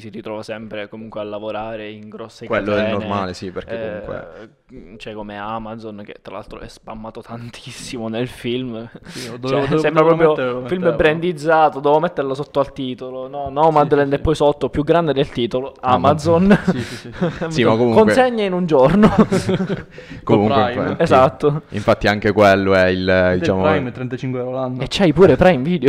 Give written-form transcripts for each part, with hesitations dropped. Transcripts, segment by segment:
si ritrova sempre comunque a lavorare in grosse Quello è il catene, normale, sì, perché comunque... cioè come Amazon, che tra l'altro è spammato tantissimo nel film. Sì, Sembra dovevo proprio mettere, lo un film mettevano. brandizzato, devo metterlo sotto al titolo, no? Sì, sì, Nomadland e sì. poi sotto, più grande del titolo, Amazon. Amazon. Sì, sì, sì, sì. Sì, ma comunque... Consegna in un giorno. Comunque, Prime. infatti, Esatto. infatti anche quello è il, Del diciamo... Prime è 35 euro l'anno. E c'hai pure Prime Video.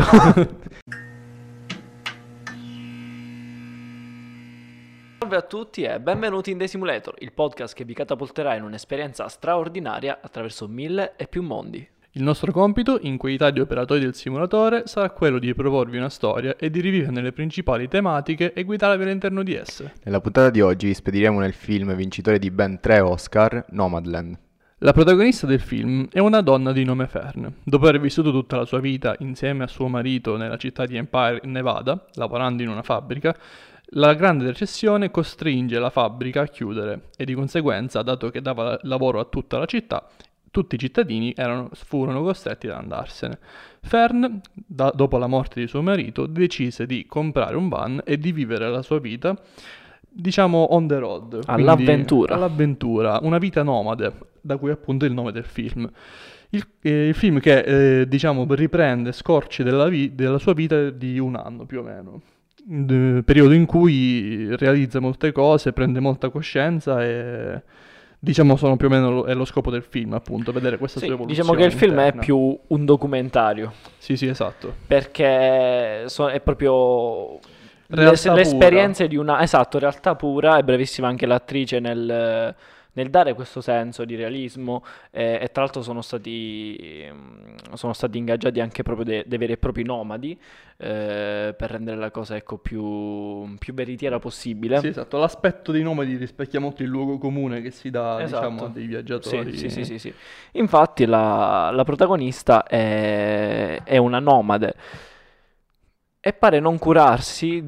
Salve a tutti e benvenuti in The Simulator, il podcast che vi catapulterà in un'esperienza straordinaria attraverso 1000 e più mondi. Il nostro compito, in qualità di operatori del simulatore, sarà quello di proporvi una storia e di riviverne le principali tematiche e guidarvi all'interno di esse. Nella puntata di oggi vi spediremo nel film vincitore di ben 3 Oscar, Nomadland. La protagonista del film è una donna di nome Fern. Dopo aver vissuto tutta la sua vita insieme a suo marito nella città di Empire, in Nevada, lavorando in una fabbrica, la grande recessione costringe la fabbrica a chiudere e di conseguenza, dato che dava lavoro a tutta la città, tutti i cittadini furono costretti ad andarsene. Fern, dopo la morte di suo marito, decise di comprare un van e di vivere la sua vita, diciamo, on the road. All'avventura. All'avventura, una vita nomade, da cui appunto il nome del film. Il film che, diciamo, riprende scorci della sua vita di un anno più o meno. Periodo in cui realizza molte cose, prende molta coscienza e... diciamo sono più o meno è lo scopo del film, appunto, vedere questa Sì, sua evoluzione diciamo che il film è interna. più un documentario, Sì, sì, esatto. perché è proprio Realtà le pura. esperienze di una... Esatto, realtà pura, è bravissima anche l'attrice nel dare questo senso di realismo e tra l'altro sono stati ingaggiati anche proprio dei veri e propri nomadi per rendere la cosa ecco, più veritiera possibile. Sì, esatto, l'aspetto dei nomadi rispecchia molto il luogo comune che si dà, Esatto. diciamo, a dei viaggiatori. Sì. Infatti la protagonista è una nomade e pare non curarsi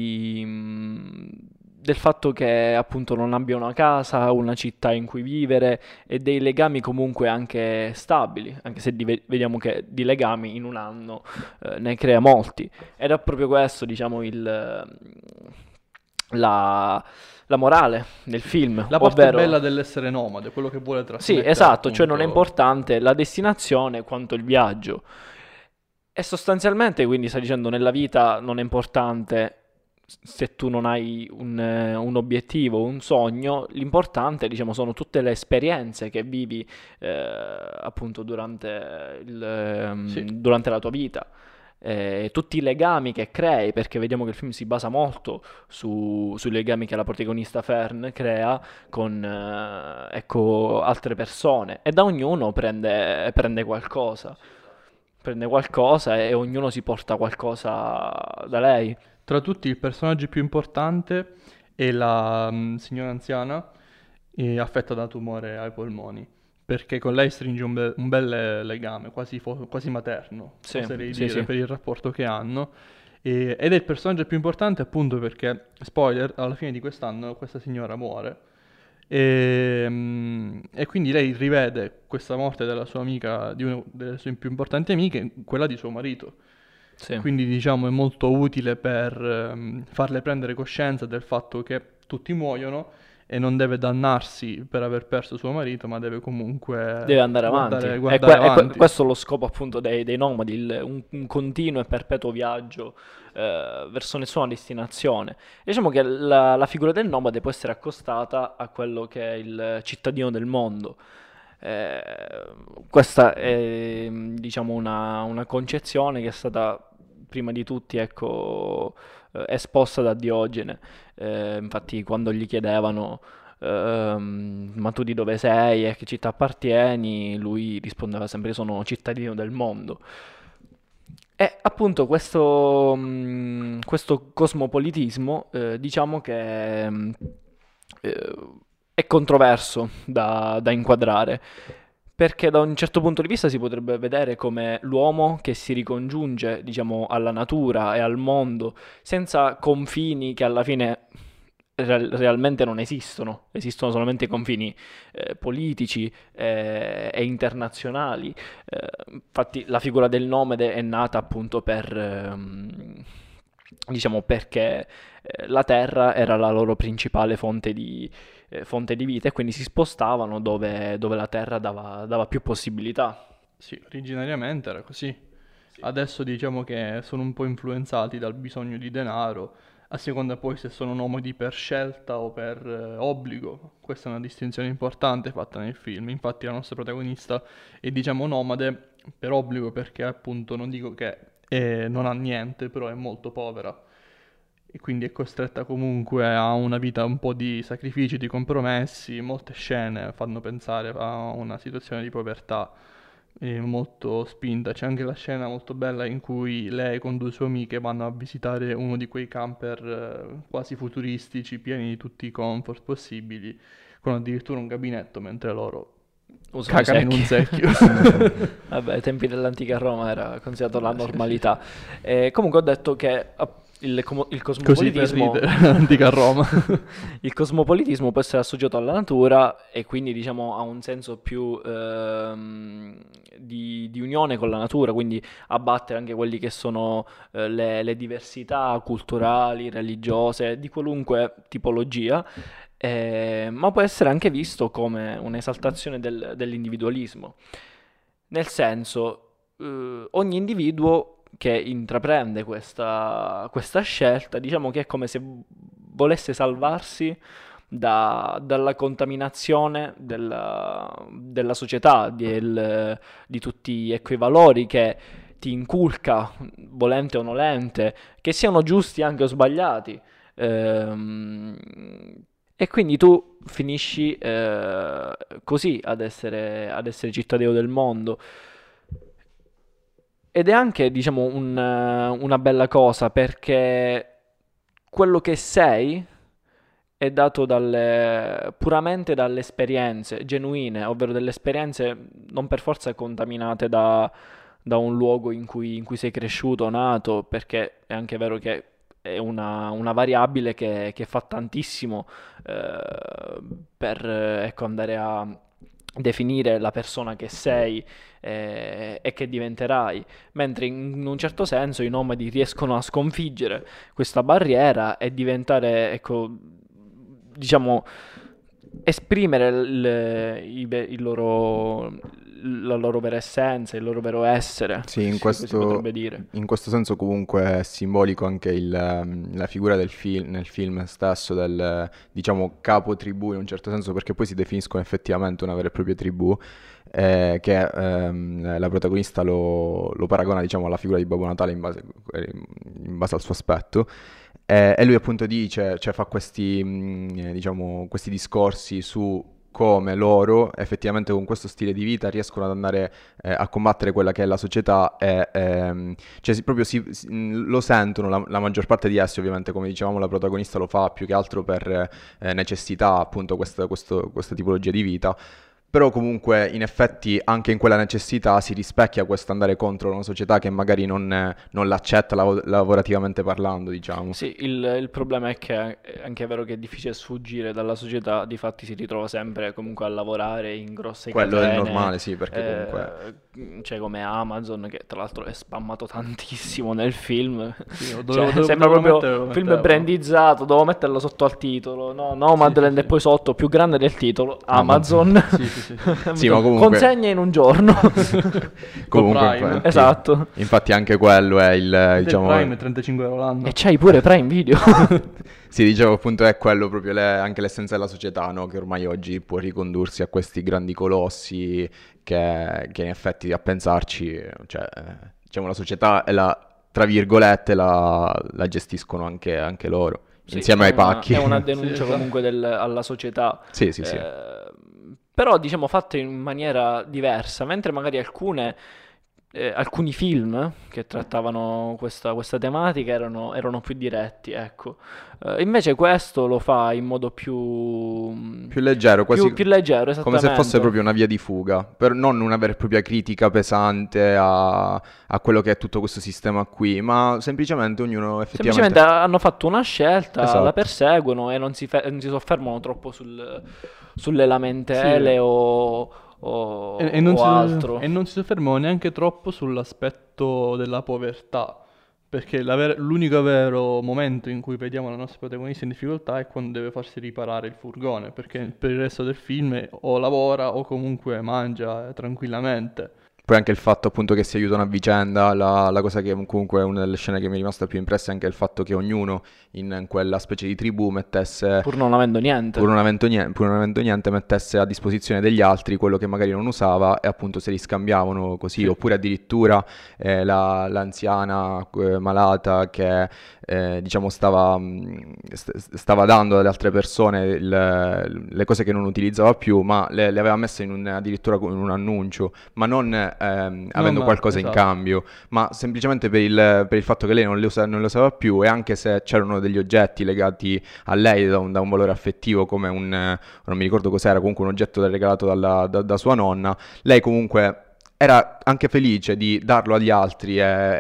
del fatto che appunto non abbia una casa, una città in cui vivere e dei legami comunque anche stabili, anche se vediamo che di legami in un anno ne crea molti. Ed è proprio questo, diciamo, la morale del film, La parte ovvero... bella dell'essere nomade, quello che vuole Sì, trasmettere. esatto, cioè non è appunto. importante la destinazione quanto il viaggio. E sostanzialmente, quindi sta dicendo, nella vita non è importante se tu non hai un obiettivo, un sogno, l'importante, diciamo, sono tutte le esperienze che vivi appunto Sì. durante la tua vita. Tutti i legami che crei, perché vediamo che il film si basa molto sui legami che la protagonista Fern crea con ecco, altre persone e da ognuno prende qualcosa. Prende qualcosa e ognuno si porta qualcosa da lei. Tra tutti il personaggio più importante è la signora anziana affetta da tumore ai polmoni, perché con lei stringe un bel legame, quasi materno, Sì, oserei sì, dire, sì. per il rapporto che hanno. Ed è il personaggio più importante appunto perché, spoiler, alla fine di quest'anno questa signora muore. E quindi lei rivede questa morte della sua amica, di una delle sue più importanti amiche, quella di suo marito. Sì. Quindi diciamo è molto utile per farle prendere coscienza del fatto che tutti muoiono e non deve dannarsi per aver perso suo marito, ma deve comunque Deve andare avanti. guardare avanti. Questo è lo scopo appunto dei nomadi, un continuo e perpetuo viaggio verso nessuna destinazione. Diciamo che la figura del nomade può essere accostata a quello che è il cittadino del mondo. Questa è diciamo una concezione che è stata prima di tutti ecco, esposta da Diogene. Infatti quando gli chiedevano ma tu di dove sei e a che città appartieni, lui rispondeva sempre: io sono cittadino del mondo. E appunto questo cosmopolitismo diciamo che eh, è controverso da inquadrare, perché da un certo punto di vista si potrebbe vedere come l'uomo che si ricongiunge, diciamo, alla natura e al mondo senza confini che alla fine realmente non esistono, esistono solamente confini politici e internazionali. Infatti la figura del nomade è nata appunto diciamo perché la terra era la loro principale fonte di vita e quindi si spostavano dove la terra dava più possibilità. Sì, originariamente era così. Adesso diciamo che sono un po' influenzati dal bisogno di denaro, a seconda poi se sono nomadi per scelta o per obbligo. Questa è una distinzione importante fatta nel film. Infatti la nostra protagonista è diciamo nomade per obbligo perché appunto non dico che non ha niente, però è molto povera e quindi è costretta comunque a una vita un po' di sacrifici, di compromessi. Molte scene fanno pensare a una situazione di povertà molto spinta. C'è anche la scena molto bella in cui lei con due sue amiche vanno a visitare uno di quei camper quasi futuristici, pieni di tutti i comfort possibili, con addirittura un gabinetto mentre loro Usano cagano in un secchio. secchio. Vabbè, ai tempi dell'antica Roma era considerato la normalità. Comunque ho detto che il Così per cosmopolitismo, ridere, antica Roma. il cosmopolitismo può essere associato alla natura e quindi diciamo ha un senso più di unione con la natura, quindi abbattere anche quelli che sono le diversità culturali, religiose, di qualunque tipologia. Ma può essere anche visto come un'esaltazione dell'individualismo, nel senso, ogni individuo che intraprende questa scelta, diciamo che è come se volesse salvarsi dalla contaminazione della società, di tutti quei valori che ti inculca, volente o nolente, che siano giusti anche o sbagliati. Ehm, e quindi tu finisci così ad essere cittadino del mondo. Ed è anche, diciamo, una bella cosa perché quello che sei è dato puramente dalle esperienze genuine, ovvero delle esperienze non per forza contaminate da un luogo in cui sei cresciuto, nato, perché è anche vero che è una variabile che fa tantissimo per ecco, andare a definire la persona che sei e che diventerai, mentre in un certo senso i nomadi riescono a sconfiggere questa barriera e diventare, ecco, diciamo, esprimere la loro vera essenza, il loro vero essere, Sì, in se così si potrebbe dire. in questo senso comunque è simbolico anche la figura nel film stesso del, diciamo, capo tribù in un certo senso, perché poi si definiscono effettivamente una vera e propria tribù, che la protagonista lo paragona, diciamo, alla figura di Babbo Natale in base al suo aspetto. E lui appunto dice, cioè fa questi, diciamo, questi discorsi su come loro effettivamente con questo stile di vita riescono ad andare a combattere quella che è la società e cioè proprio lo sentono, la maggior parte di essi ovviamente, come dicevamo, la protagonista lo fa più che altro per necessità, appunto questa tipologia di vita. Però comunque in effetti anche in quella necessità si rispecchia questo andare contro una società che magari non l'accetta lavorativamente parlando, diciamo. Sì, il problema è che è anche vero che è difficile sfuggire dalla società, difatti si ritrova sempre comunque a lavorare in grosse Quello è il catene, normale, sì, perché comunque... cioè come Amazon, che tra l'altro è spammato tantissimo nel film, Sì, sembra proprio lo film mettevo. brandizzato, devo metterlo sotto al titolo, no, Nomadland Sì, e sì. poi sotto, più grande del titolo, Amazon. Sì, sì, sì. Sì, ma comunque... Consegna in un giorno. Comunque, Prime. infatti, Esatto. infatti anche quello è il, diciamo... Prime 35 euro l'anno. E c'hai pure Prime Video. Sì, dicevo appunto è quello proprio anche l'essenza della società, no? Che ormai oggi può ricondursi a questi grandi colossi che in effetti a pensarci, cioè, diciamo la società è tra virgolette la gestiscono anche loro, Sì, insieme ai pacchi. È una Sì, denuncia esatto. comunque alla società. Sì, sì, sì. Però diciamo fatte in maniera diversa, mentre magari alcuni film che trattavano questa tematica erano più diretti, ecco. Invece questo lo fa in modo Più leggero, quasi più leggero, come esattamente. se fosse proprio una via di fuga, non una vera e propria critica pesante a quello che è tutto questo sistema qui, ma semplicemente ognuno effettivamente... Semplicemente hanno fatto una scelta, Esatto. la perseguono e non si soffermano troppo sulle lamentele Sì. o altro. E non si soffermano neanche troppo sull'aspetto della povertà, Perché l'unico vero momento in cui vediamo la nostra protagonista in difficoltà è quando deve farsi riparare il furgone, perché per il resto del film o lavora o comunque mangia tranquillamente. Poi anche il fatto appunto che si aiutano a vicenda, la cosa che comunque è una delle scene che mi è rimasta più impressa è anche il fatto che ognuno in quella specie di tribù mettesse, Pur non avendo niente. pur non avendo niente, mettesse a disposizione degli altri quello che magari non usava e appunto se li scambiavano così, Sì. oppure addirittura l'anziana malata che diciamo stava dando alle altre persone le cose che non utilizzava più, ma le aveva messe addirittura con un annuncio, ma non avendo qualcosa in esatto. cambio, ma semplicemente per il fatto che lei non le usava più, e anche se c'erano degli oggetti legati a lei da un valore affettivo, come non mi ricordo cos'era, comunque un oggetto regalato da sua nonna, lei comunque era anche felice di darlo agli altri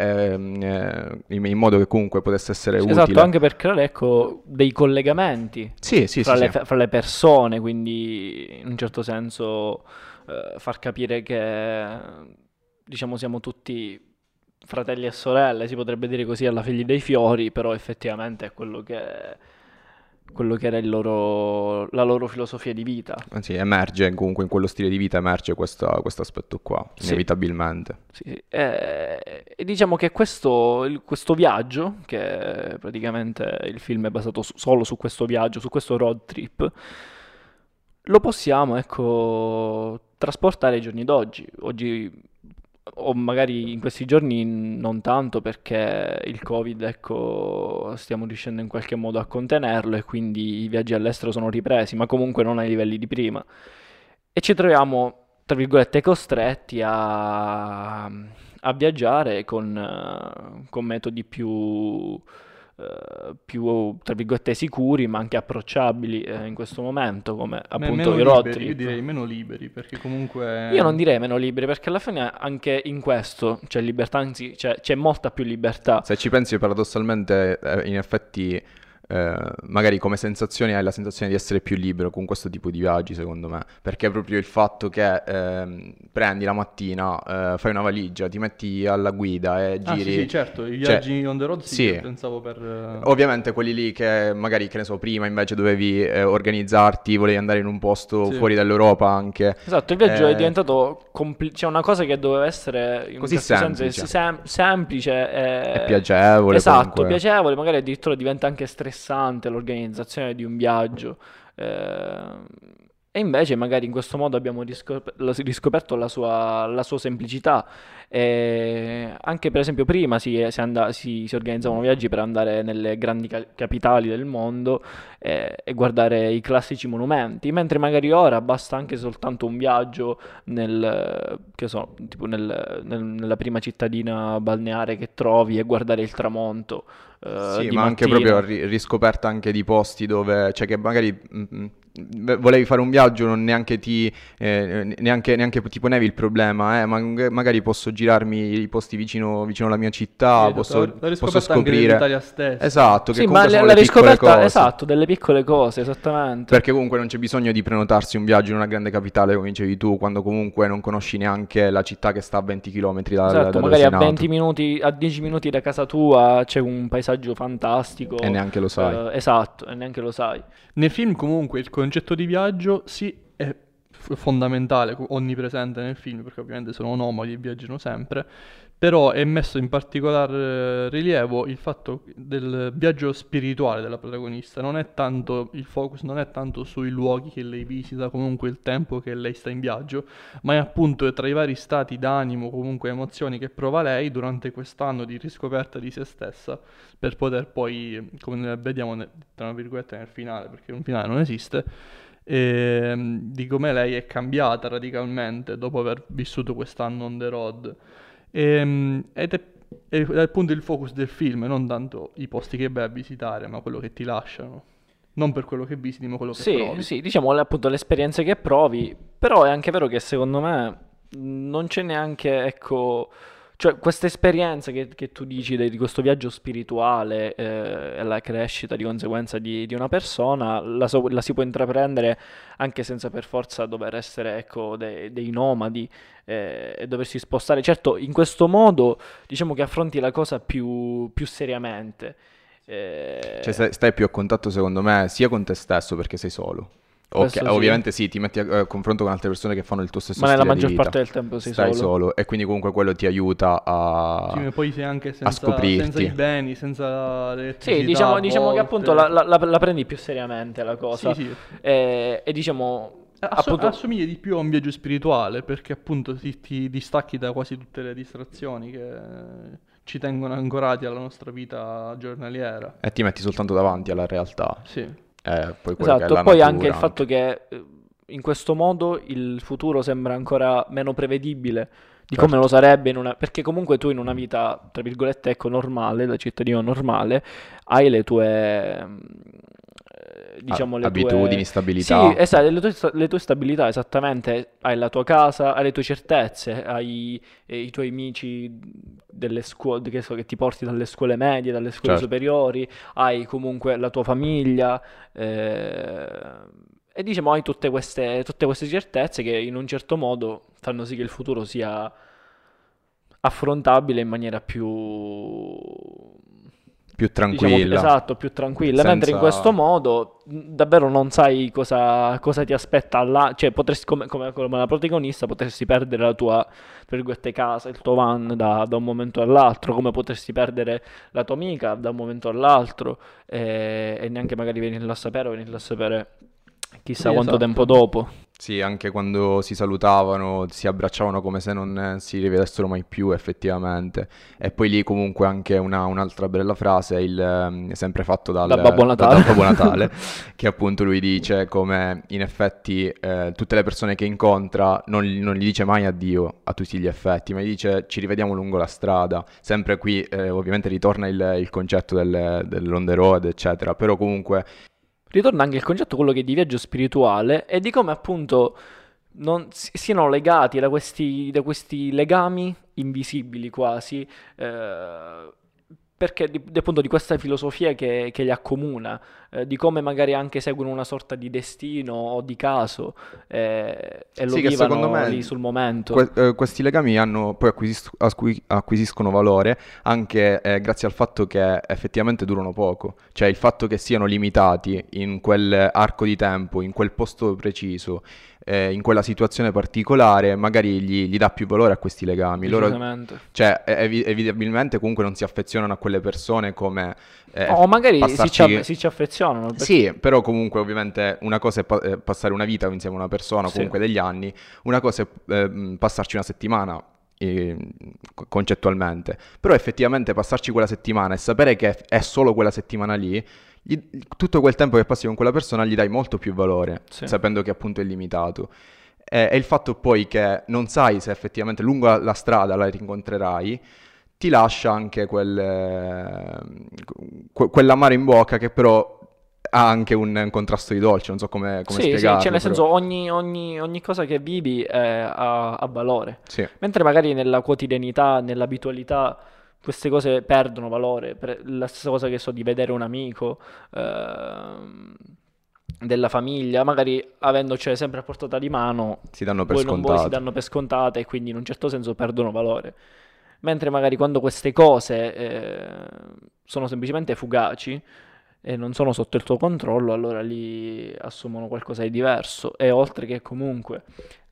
in modo che comunque potesse essere utile. Esatto, anche per creare, ecco, dei collegamenti Sì, fra le persone, quindi in un certo senso far capire che, diciamo, siamo tutti fratelli e sorelle, si potrebbe dire così alla figli dei fiori, però effettivamente è quello che era la loro filosofia di vita. Anzi, emerge comunque in quello stile di vita, emerge questo aspetto qua, Sì. inevitabilmente. Sì, e diciamo che questo viaggio, che praticamente il film è basato solo su questo viaggio, su questo road trip, lo possiamo, ecco, trasportare ai giorni d'oggi. Oggi, o magari in questi giorni non tanto, perché il Covid, ecco, stiamo riuscendo in qualche modo a contenerlo e quindi i viaggi all'estero sono ripresi, ma comunque non ai livelli di prima. E ci troviamo, tra virgolette, costretti a viaggiare con metodi più, tra virgolette, sicuri, ma anche approcciabili in questo momento, come appunto Meno i road liberi, io trip. direi meno liberi, perché comunque... Io non direi meno liberi, perché alla fine anche in questo c'è libertà, anzi c'è molta più libertà. Se ci pensi paradossalmente, in effetti, magari come sensazione hai la sensazione di essere più libero con questo tipo di viaggi, secondo me, perché è proprio il fatto che prendi la mattina, fai una valigia, ti metti alla guida e Ah giri. sì, certo, i viaggi on the road sì, sì. pensavo per... Ovviamente quelli lì che magari, che ne so, prima invece dovevi organizzarti, volevi andare in un posto Sì. fuori dall'Europa anche. Esatto, il viaggio è diventato c'è una cosa che doveva essere in un Così certo senso semplice. semplice È piacevole. esatto, comunque. piacevole, magari addirittura diventa anche stressante l'organizzazione di un viaggio. E invece magari in questo modo abbiamo riscoperto la sua semplicità. Anche per esempio prima si organizzavano viaggi per andare nelle grandi capitali del mondo e guardare i classici monumenti, mentre magari ora basta anche soltanto un viaggio tipo nella prima cittadina balneare che trovi e guardare il tramonto Sì, di ma anche mattina. proprio riscoperta anche di posti dove, cioè che magari volevi fare un viaggio, non neanche ti ponevi il problema, ma magari posso girarmi i posti vicino alla mia città, Sì, posso la riscoperta posso anche scoprire. dell'Italia stessa. Esatto, che Sì, ma comunque sono la le piccole riscoperta, cose. esatto, delle piccole cose, esattamente. Perché comunque non c'è bisogno di prenotarsi un viaggio in una grande capitale, come dicevi tu, quando comunque non conosci neanche la città che sta a 20 km da Esatto, dove magari sei a nato. 20 minuti, a 10 minuti da casa tua c'è un paesaggio fantastico. E neanche lo sai. Esatto, e neanche lo sai. Nel film comunque il concetto di viaggio sì è fondamentale, onnipresente nel film, perché ovviamente sono nomadi e viaggiano sempre, però è messo in particolar rilievo il fatto del viaggio spirituale della protagonista. Non è tanto il focus, non è tanto sui luoghi che lei visita, comunque il tempo che lei sta in viaggio, ma è appunto tra i vari stati d'animo, comunque emozioni che prova lei durante quest'anno di riscoperta di se stessa, per poter poi, come vediamo tra virgolette nel finale, perché un finale non esiste, di come lei è cambiata radicalmente dopo aver vissuto quest'anno on the road. Ed è appunto il focus del film, non tanto i posti che vai a visitare, ma quello che ti lasciano. Non per quello che visiti, ma quello che provi. Sì, diciamo appunto le esperienze che provi, però è anche vero che secondo me non c'è neanche, ecco, Cioè, questa esperienza che tu dici di questo viaggio spirituale e la crescita di conseguenza di una persona, la si può intraprendere anche senza per forza dover essere, ecco, dei nomadi e doversi spostare. Certo, in questo modo diciamo che affronti la cosa più seriamente. Cioè stai più a contatto secondo me sia con te stesso perché sei solo. Ok, Questo sì, ovviamente sì, ti metti a confronto con altre persone che fanno il tuo stesso ma nella stile di maggior vita. parte del tempo sei Stai solo. solo e quindi comunque quello ti aiuta Sì, ma poi sei anche a senza scoprirti. i beni, senza l'elettricità Sì, a diciamo che volte. appunto la prendi più seriamente la cosa. Sì, sì. E diciamo, appunto, Assomiglia di più a un viaggio spirituale perché appunto ti distacchi da quasi tutte le distrazioni che ci tengono ancorati alla nostra vita giornaliera. E ti metti soltanto davanti alla realtà. Sì, Poi quello che è esatto, la poi natura anche il fatto che in questo modo il futuro sembra ancora meno prevedibile di come Certo. lo sarebbe perché comunque tu in una vita, tra virgolette, ecco, normale, da cittadino normale, hai le tue, diciamo, le abitudini, tue... stabilità. Sì, esatto, le tue stabilità, esattamente, hai la tua casa, hai le tue certezze, hai i tuoi amici delle scuole, che so, che ti porti dalle scuole medie, dalle scuole Certo. superiori, hai comunque la tua famiglia, e diciamo hai tutte queste certezze che in un certo modo fanno sì che il futuro sia affrontabile in maniera più, Più diciamo, tranquilla. esatto, più tranquilla, mentre in questo modo davvero non sai cosa ti aspetta là, cioè potresti, come la protagonista, potresti perdere la tua, tra virgolette, casa, il tuo van da un momento all'altro, come potresti perdere la tua amica da un momento all'altro e neanche magari venirla a sapere o venirla a sapere chissà sì, quanto esatto. tempo dopo. Sì, anche quando si salutavano, si abbracciavano come se non si rivedessero mai più effettivamente. E poi lì comunque anche un'altra bella frase, sempre fatto Da Babbo Natale. dal Babbo Natale, che appunto lui dice come in effetti tutte le persone che incontra non gli dice mai addio a tutti gli effetti, ma gli dice ci rivediamo lungo la strada. Sempre qui ovviamente ritorna il concetto dell'on the road, eccetera, però comunque... Ritorna anche il concetto quello che è di viaggio spirituale e di come appunto non siano legati da questi legami invisibili quasi, perché appunto di questa filosofia che li accomuna, di come magari anche seguono una sorta di destino o di caso e lo Sì, che secondo vivono me lì sul momento. questi legami poi acquisiscono valore anche grazie al fatto che effettivamente durano poco, cioè il fatto che siano limitati in quell'arco di tempo, in quel posto preciso, in quella situazione particolare, magari gli dà più valore a questi legami. Loro, Decisamente. cioè, evitabilmente comunque non si affezionano a quelle persone come O magari passarci... si ci affezionano. perché- Sì, però comunque ovviamente una cosa è passare una vita insieme a una persona, o Sì. comunque degli anni, una cosa è passarci una settimana concettualmente, però effettivamente passarci quella settimana e sapere che è solo quella settimana lì, tutto quel tempo che passi con quella persona gli dai molto più valore, Sì. sapendo che appunto è limitato. E il fatto poi che non sai se effettivamente lungo la strada la rincontrerai, ti lascia anche quell'amaro in bocca che però ha anche un contrasto di dolce, non so come Sì, spiegarlo. cioè nel però- senso ogni cosa che vivi ha valore. Sì. Mentre magari nella quotidianità, nell'abitualità, queste cose perdono valore. La stessa cosa che so di vedere un amico, della famiglia, magari avendocele sempre a portata di mano, Si danno per vuoi non vuoi si scontato. danno per scontate e quindi in un certo senso perdono valore. Mentre magari quando queste cose sono semplicemente fugaci e non sono sotto il tuo controllo, allora lì assumono qualcosa di diverso. E oltre che comunque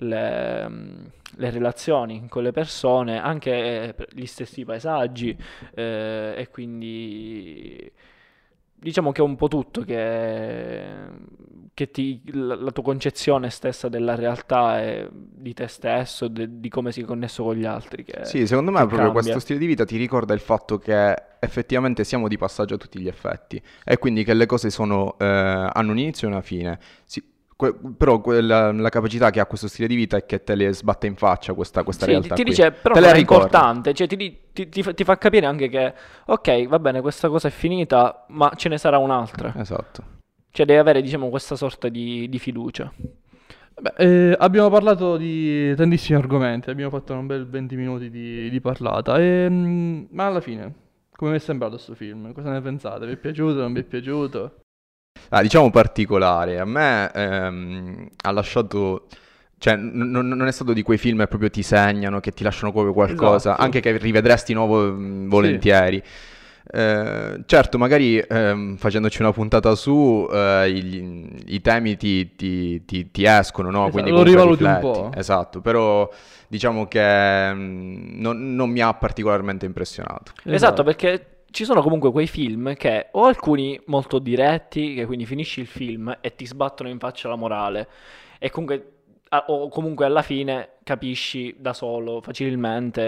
le relazioni con le persone, anche gli stessi paesaggi, e quindi diciamo che è un po' tutto la tua concezione stessa della realtà e di te stesso, di come sei connesso con gli altri, Sì, secondo me che proprio cambia. questo stile di vita ti ricorda il fatto che effettivamente siamo di passaggio a tutti gli effetti e quindi che le cose hanno un inizio e una fine. Però la capacità che ha questo stile di vita è che te le sbatte in faccia questa Sì, realtà ti qui. dice, però Te non la è ricorda. importante, cioè ti fa capire anche che, ok, va bene, questa cosa è finita, ma ce ne sarà un'altra. Esatto. Cioè devi avere, diciamo, questa sorta di fiducia. Beh, abbiamo parlato di tantissimi argomenti, abbiamo fatto un bel 20 minuti di parlata, ma alla fine, come vi è sembrato questo film? Cosa ne pensate? Vi è piaciuto, non vi è piaciuto? Diciamo particolare, a me ha lasciato, cioè non è stato di quei film che proprio ti segnano, che ti lasciano proprio qualcosa, Esatto. anche che rivedresti nuovo volentieri. Certo, magari facendoci una puntata su, i temi ti escono, no? Esatto, Quindi lo comunque rivaluti un rifletti. po'. Esatto, però diciamo che non mi ha particolarmente impressionato. Esatto, perché ci sono comunque quei film che o alcuni molto diretti, che quindi finisci il film e ti sbattono in faccia la morale, e comunque, o comunque alla fine capisci da solo facilmente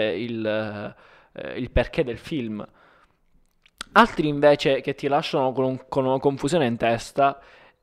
il perché del film. Altri invece che ti lasciano con una confusione in testa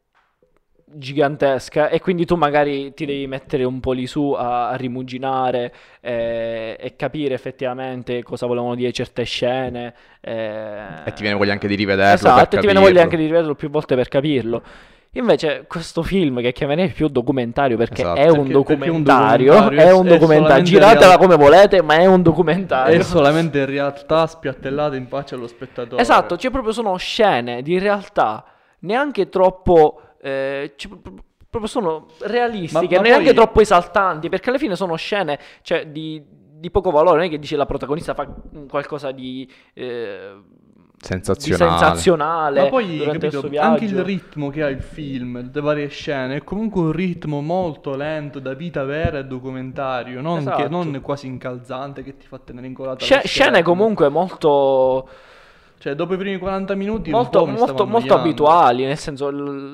gigantesca e quindi tu magari ti devi mettere un po' lì su a rimuginare e capire effettivamente cosa volevano dire certe scene. E ti viene voglia anche di rivederlo Esatto, per e ti viene voglia capirlo. anche di rivederlo più volte per capirlo. Invece questo film che chiamerei più documentario perché Esatto. è un Perché è un documentario, documentario, è un è documentario, solamente giratela real- come volete, ma è un documentario. È solamente realtà spiattellata in faccia allo spettatore. Esatto, cioè proprio sono scene di realtà neanche troppo, proprio sono realistiche, Ma neanche poi- troppo esaltanti, perché alla fine sono scene, cioè, di poco valore, non è che dice la protagonista fa qualcosa di Sensazionale. sensazionale Ma poi, durante il capito, suo anche il viaggio. ritmo che ha il film, le varie scene, è comunque un ritmo molto lento, da vita vera e documentario, non, Esatto. non quasi incalzante che ti fa tenere incollato Scene allo schermo. comunque molto... Cioè, dopo i primi 40 minuti Molto, un po' mi stavo molto annoiando. abituali, nel senso,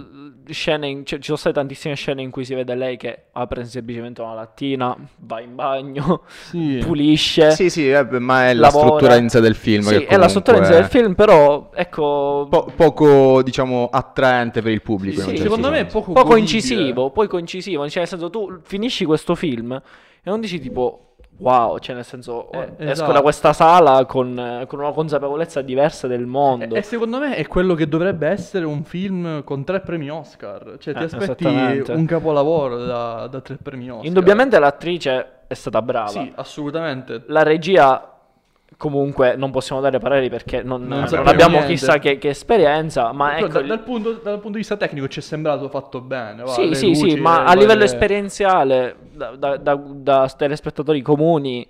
ci sono state tantissime scene in cui si vede lei che apre semplicemente una lattina, va in bagno, Sì. pulisce, Sì, sì, ma è la lavora. struttura in sé del film. Sì, che è la struttura in sé del comunque film, però ecco, poco, diciamo, attraente per il pubblico. in un Sì, certo secondo me è senso. poco poco godibile. incisivo, cioè nel senso tu finisci questo film e non dici tipo wow, cioè nel senso esco esatto. da questa sala con una consapevolezza diversa del mondo. E secondo me è quello che dovrebbe essere un film con 3 premi Oscar. Cioè, ti aspetti esattamente. un capolavoro da 3 premi Oscar. Indubbiamente l'attrice è stata brava. Sì, assolutamente. La regia, comunque, non possiamo dare pareri perché non sappiamo abbiamo niente. chissà che esperienza, ma Però ecco... dal punto di vista tecnico ci è sembrato fatto bene. va, Sì, le sì, sì, luci, ma le a livello varie- esperienziale, da telespettatori comuni,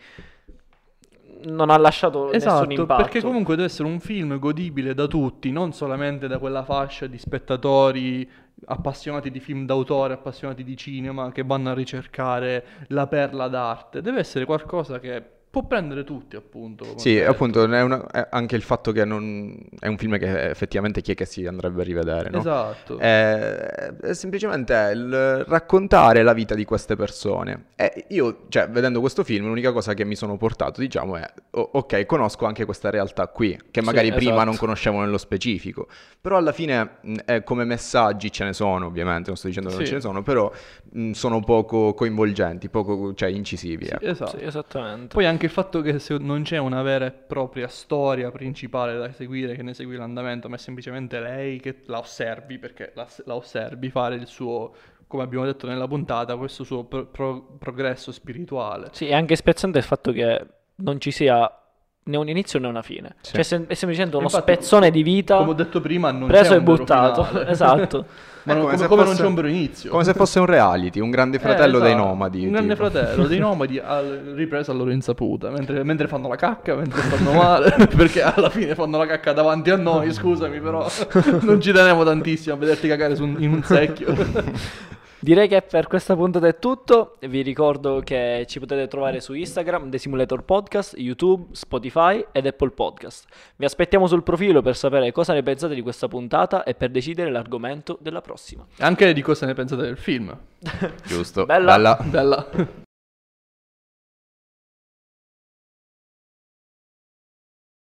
non ha lasciato nessun Esatto, impatto. perché comunque deve essere un film godibile da tutti, non solamente da quella fascia di spettatori appassionati di film d'autore, appassionati di cinema, che vanno a ricercare la perla d'arte. Deve essere qualcosa che può prendere tutti, appunto. come Sì, ho detto. appunto, è anche il fatto che è un film che effettivamente chi è che si andrebbe a rivedere, no? Esatto. È semplicemente il raccontare la vita di queste persone. E io, cioè, vedendo questo film, l'unica cosa che mi sono portato, diciamo, è ok, conosco anche questa realtà qui, che magari prima esatto. non conoscevo nello specifico. Però alla fine, come messaggi ce ne sono, ovviamente, non sto dicendo che non Sì. ce ne sono, però sono poco coinvolgenti, poco, cioè, incisivi. Sì, ecco. esatto. Sì, esattamente. Poi anche il fatto che non c'è una vera e propria storia principale da seguire, che ne segui l'andamento, ma è semplicemente lei che la osservi, perché la osservi fare il suo, come abbiamo detto nella puntata, questo suo progresso spirituale. Sì, è anche spiazzante il fatto che non ci sia né un inizio né una fine. Sì. Cioè, è semplicemente uno Infatti, spezzone di vita Come ho detto prima, non preso c'è e un vero buttato. finale. Esatto. Ma È non- come se come non fosse- c'è un vero inizio. Come se fosse un reality, un grande fratello dei esatto. nomadi. Un grande tipo. fratello dei nomadi ripreso a loro insaputa, mentre fanno la cacca, mentre stanno male, perché alla fine fanno la cacca davanti a noi, scusami, però non ci tenevo tantissimo a vederti cagare in un secchio. Direi che per questa puntata è tutto. Vi ricordo che ci potete trovare su Instagram, The Simulator Podcast, YouTube, Spotify ed Apple Podcast. Vi aspettiamo sul profilo per sapere cosa ne pensate di questa puntata e per decidere l'argomento della prossima. Anche di cosa ne pensate del film. Giusto. Bella. Bella. Bella.